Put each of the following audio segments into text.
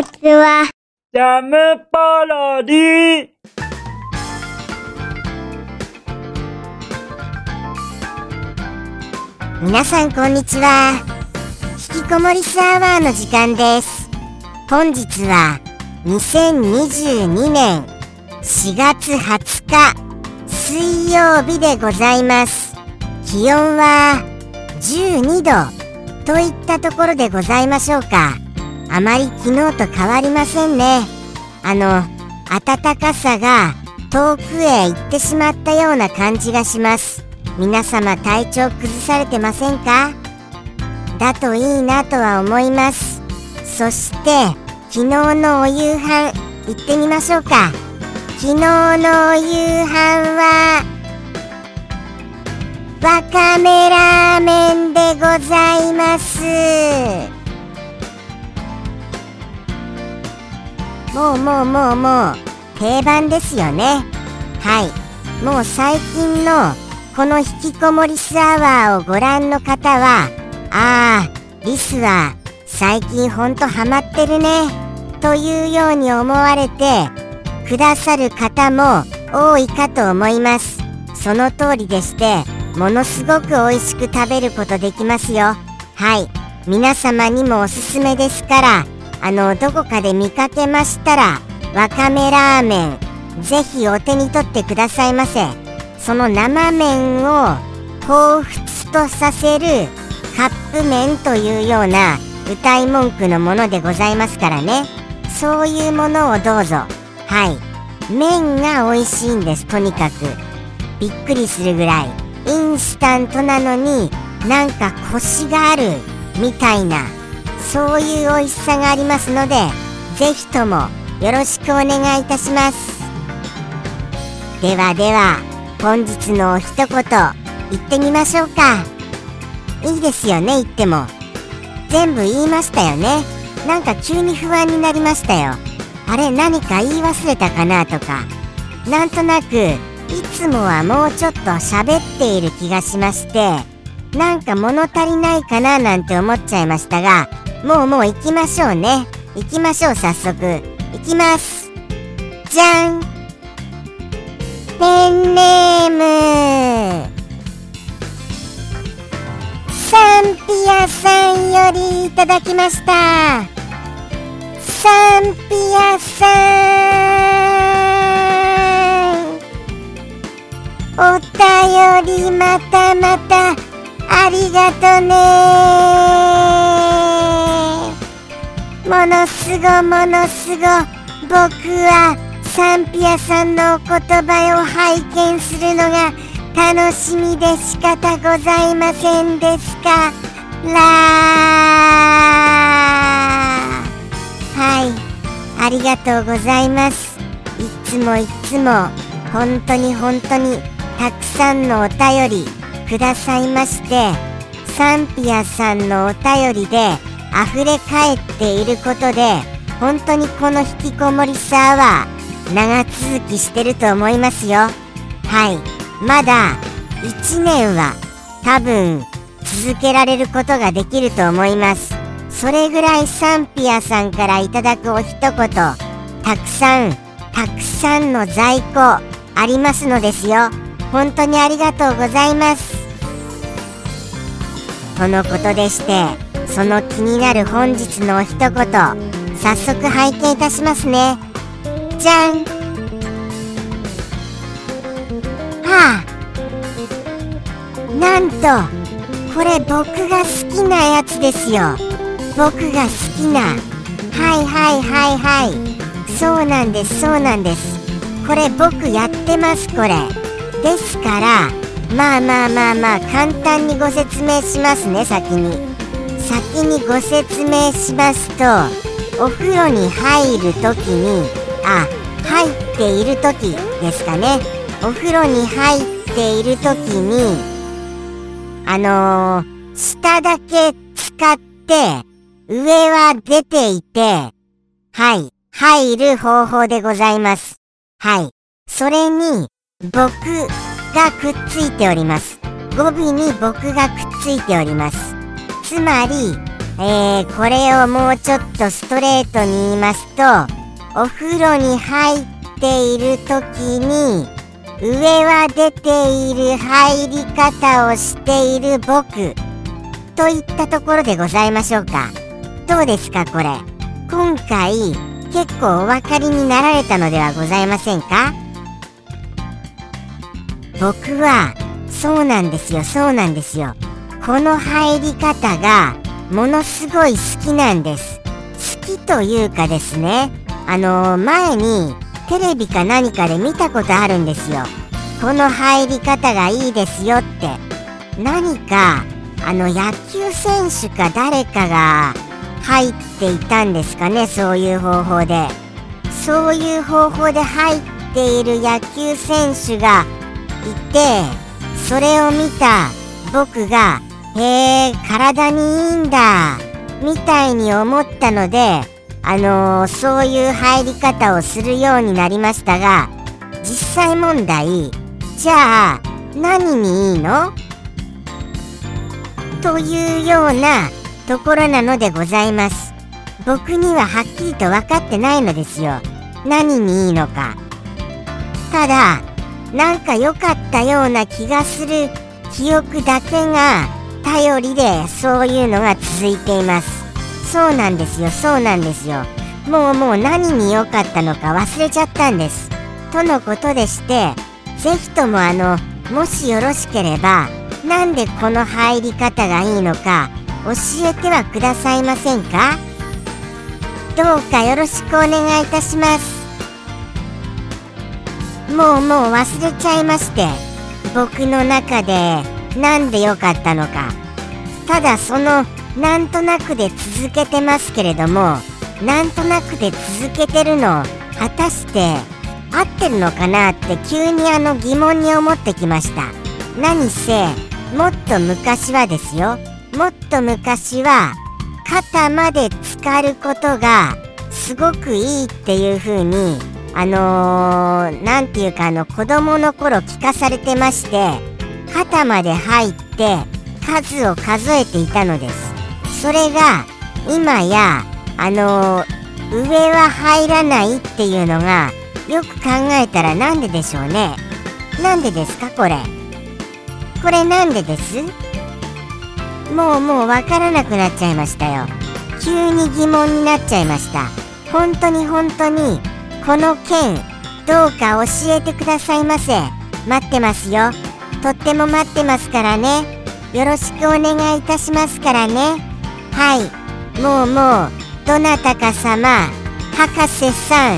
ちは。 ジャムパロディ。 皆さんこんにちは。引きこもりスアワーの時間です。本日は2022年4月20日水曜日でございます。気温は12度といったところでございましょうか。あまり昨日と変わりませんね。暖かさが遠くへ行ってしまったような感じがします。皆様体調崩されてませんか？だといいなとは思います。そして昨日のお夕飯行ってみましょうか。昨日のお夕飯はわかめラーメンでございます。もう定番ですよね。はい、もう最近のこの引きこもりスアワーをご覧の方は、リスは最近ほんとハマってるねというように思われてくださる方も多いかと思います。その通りでして、ものすごく美味しく食べることできますよ。はい、皆様にもおすすめですから、どこかで見かけましたらわかめラーメンぜひお手に取ってくださいませ。その生麺を彷彿とさせるカップ麺というような歌い文句のものでございますからね。そういうものをどうぞ。はい、麺が美味しいんです。とにかくびっくりするぐらいインスタントなのになんかコシがあるみたいな、そういう美味しさがありますので、ぜひともよろしくお願いいたします。では本日のお一言言ってみましょうか。いいですよね、言っても。全部言いましたよね。なんか急に不安になりましたよ。あれ、何か言い忘れたかなとか。なんとなくいつもはもうちょっと喋っている気がしまして、なんか物足りないかななんて思っちゃいましたが、もう行きましょうね。行きましょう。早速行きます。じゃん。ペンネームサンピアさんよりいただきました。サンピアさん、お便りまたありがとね。ものすご僕はサンピアさんのお言葉を拝見するのが楽しみで仕方ございませんですからはい、ありがとうございます。いつも本当にたくさんのお便りくださいまして、サンピアさんのお便りで溢れ返っていることで、本当にこの引きこもりスアワー長続きしてると思いますよ。はい、まだ1年は多分続けられることができると思います。それぐらいサンピアさんからいただくお一言、たくさんの在庫ありますのですよ。本当にありがとうございます。とのことでして、その気になる本日のお一言、早速拝見いたしますね。じゃん。なんとこれ僕が好きなやつですよ。僕が好きな、はいそうなんです。これ僕やってます。これですから、まあ簡単にご説明しますね。先にご説明しますと、お風呂に入るときに入っているときですかね。お風呂に入っているときに下だけ使って上は出ていて、はい、入る方法でございます。はい、それに僕がくっついております。語尾に僕がくっついております。つまりこれをもうちょっとストレートに言いますと、お風呂に入っている時に上は出ている入り方をしている僕といったところでございましょうか。どうですかこれ。今回結構お分かりになられたのではございませんか？僕はそうなんですよ。この入り方がものすごい好きなんです。好きというかですね、前にテレビか何かで見たことあるんですよ。この入り方がいいですよって。何か野球選手か誰かが入っていたんですかね。そういう方法で入っている野球選手がいて、それを見た僕が体にいいんだみたいに思ったので、そういう入り方をするようになりましたが、実際問題、じゃあ何にいいのというようなところなのでございます。僕にははっきりと分かってないのですよ。何にいいのか。ただなんか良かったような気がする記憶だけが頼りで、そういうのが続いています。そうなんですよ。もう何に良かったのか忘れちゃったんです。とのことでして、ぜひとももしよろしければ、なんでこの入り方がいいのか教えてはくださいませんか？どうかよろしくお願いいたします。もう忘れちゃいまして、僕の中でなんで良かったのか。ただなんとなくで続けてますけれども、なんとなくで続けてるの果たして合ってるのかなって急に疑問に思ってきました。何せもっと昔はですよ、肩まで浸かることがすごくいいっていう風になんていうか子供の頃聞かされてまして、肩まで入って数を数えていたのです。それが今や上は入らないっていうのが、よく考えたらなんででしょうね。なんでですかこれなんでです？もうわからなくなっちゃいましたよ。急に疑問になっちゃいました。本当にこの件どうか教えてくださいませ。待ってますよ。とっても待ってますからね。よろしくお願いいたしますからね。はい、もうどなたか様、博士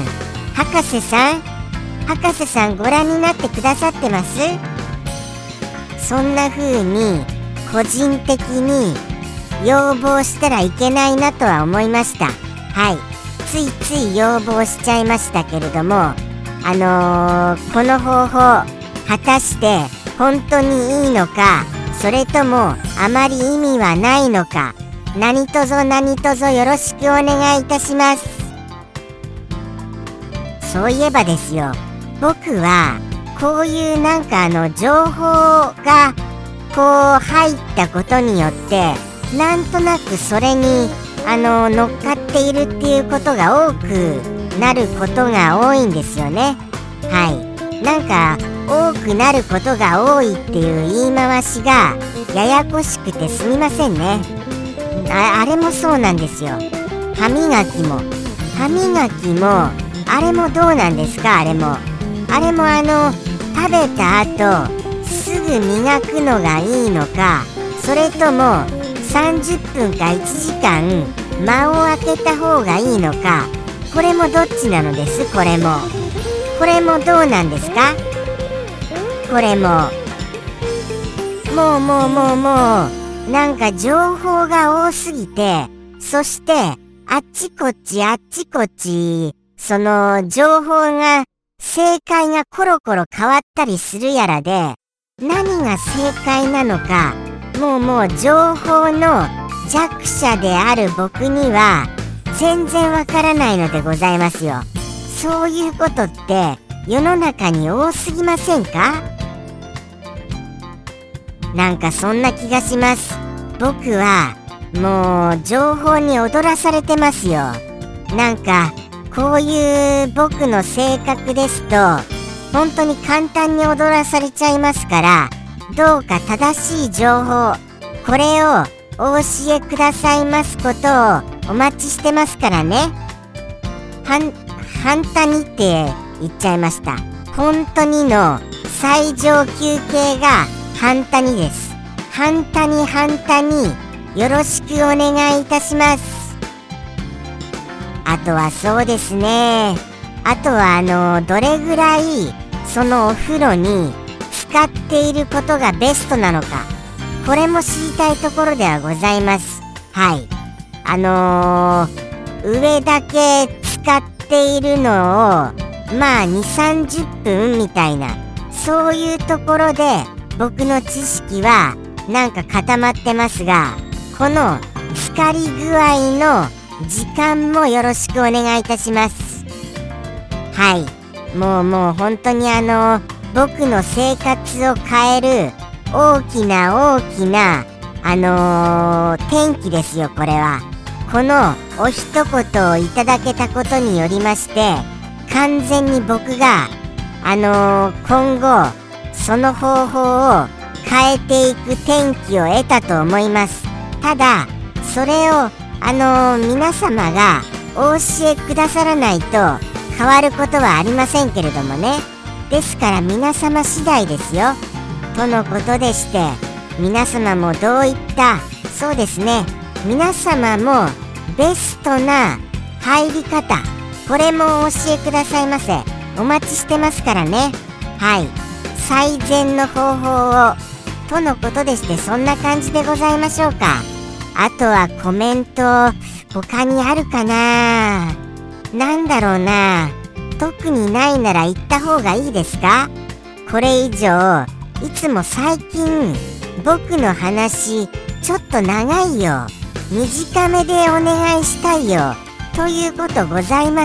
さんご覧になってくださってます？そんな風に個人的に要望したらいけないなとは思いました。はい、ついつい要望しちゃいましたけれども、この方法果たして本当にいいのか、それともあまり意味はないのか、何卒よろしくお願いいたします。そういえばですよ、僕はこういうなんか情報がこう入ったことによって、なんとなくそれに乗っかっているっていうことが多くなることが多いんですよね。はい、なんか多くなることが多いっていう言い回しがややこしくてすみませんね。あれもそうなんですよ。歯磨きもあれもどうなんですか？あれも食べた後すぐ磨くのがいいのか、それとも30分か1時間間を空けた方がいいのか、これもどっちなのです？これもどうなんですか？これもなんか情報が多すぎて、そしてあっちこっちその情報が正解がコロコロ変わったりするやらで、何が正解なのかもう情報の弱者である僕には全然わからないのでございますよ。そういうことって世の中に多すぎませんか？なんかそんな気がします。僕はもう情報に踊らされてますよ。なんかこういう僕の性格ですと本当に簡単に踊らされちゃいますから、どうか正しい情報、これをお教えくださいますことをお待ちしてますからね。反対にって言っちゃいました。本当にの最上級形が反対にです。反対によろしくお願いいたします。あとはそうですね、あとはどれぐらいそのお風呂に使っていることがベストなのか、これも知りたいところではございます。はい、上だけ使っているのをまあ2、30分みたいな、そういうところで僕の知識はなんか固まってますが、この浸かり具合の時間もよろしくお願いいたします。はい、もう本当に僕の生活を変える大きな転機ですよ、これは。このお一言をいただけたことによりまして、完全に僕が今後その方法を変えていく転機を得たと思います。ただそれを皆様がお教えくださらないと変わることはありませんけれどもね。ですから皆様次第ですよとのことでして、皆様もどういった、そうですね、皆様もベストな入り方、これもお教えくださいませ。お待ちしてますからね。はい、最善の方法をとのことでして、そんな感じでございましょうか。あとはコメント他にあるかな。なんだろうな、特にないなら言った方がいいですか。これ以上いつも最近僕の話ちょっと長いよ、短めでお願いしたいよということございます？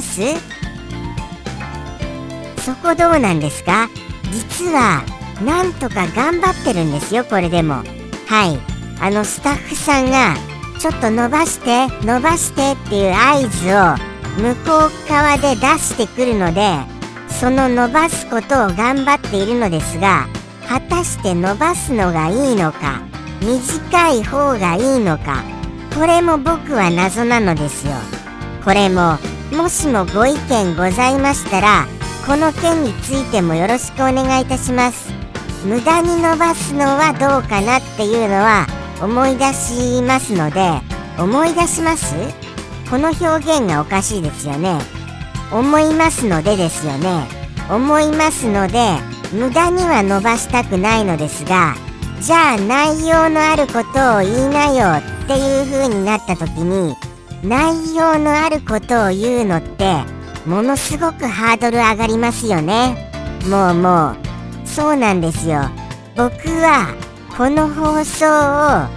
そこどうなんですか？実はなんとか頑張ってるんですよ、これでも。はい、スタッフさんがちょっと伸ばしてっていう合図を向こう側で出してくるので、その伸ばすことを頑張っているのですが、果たして伸ばすのがいいのか短い方がいいのか、これも僕は謎なのですよ。これももしもご意見ございましたら、この件についてもよろしくお願いいたします。無駄に伸ばすのはどうかなっていうのは思い出しますので、思い出します？この表現がおかしいですよね。思いますのでですよね。思いますので無駄には伸ばしたくないのですが、じゃあ内容のあることを言いなよっていう風になった時に、内容のあることを言うのってものすごくハードル上がりますよね。もうそうなんですよ。僕はこの放送を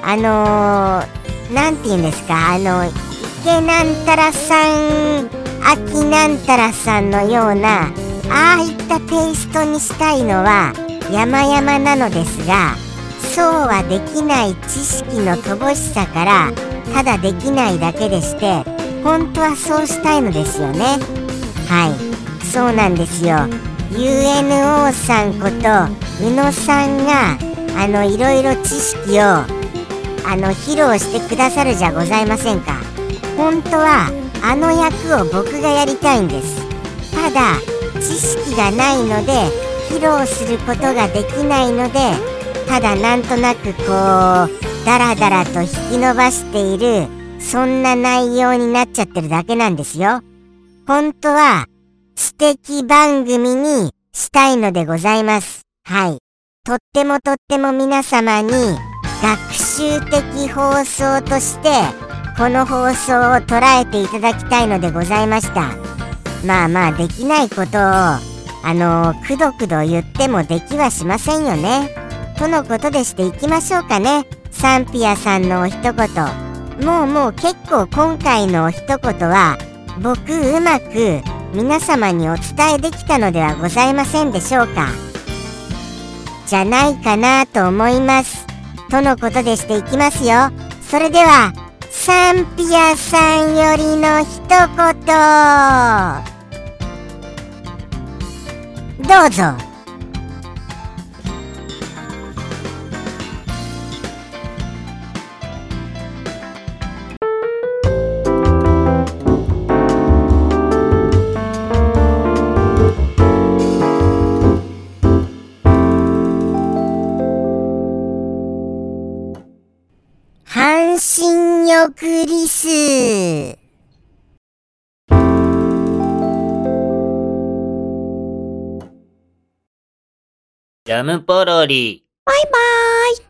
なんて言うんですか、池なんたらさん、秋なんたらさんのようなああいったテイストにしたいのは山々なのですが、そうはできない知識の乏しさからただできないだけでして、本当はそうしたいのですよね。はい、そうなんですよ。 UNO さんこと宇野さんがいろいろ知識を披露してくださるじゃございませんか。本当は役を僕がやりたいんです。ただ知識がないので披露することができないので、ただなんとなくこうダラダラと引き伸ばしている、そんな内容になっちゃってるだけなんですよ。本当は知的番組にしたいのでございます。はい、とっても皆様に学習的放送としてこの放送を捉えていただきたいのでございました。まあできないことをくどくど言ってもできはしませんよねとのことでしていきましょうかね。サンピアさんのお一言、もう結構今回のお一言は僕うまく皆様にお伝えできたのではございませんでしょうか。じゃないかなと思いますとのことでしていきますよ。 それではサンピアさんよりの一言どうぞ。半身浴リス。 ジャムポロリ。 バイバーイ。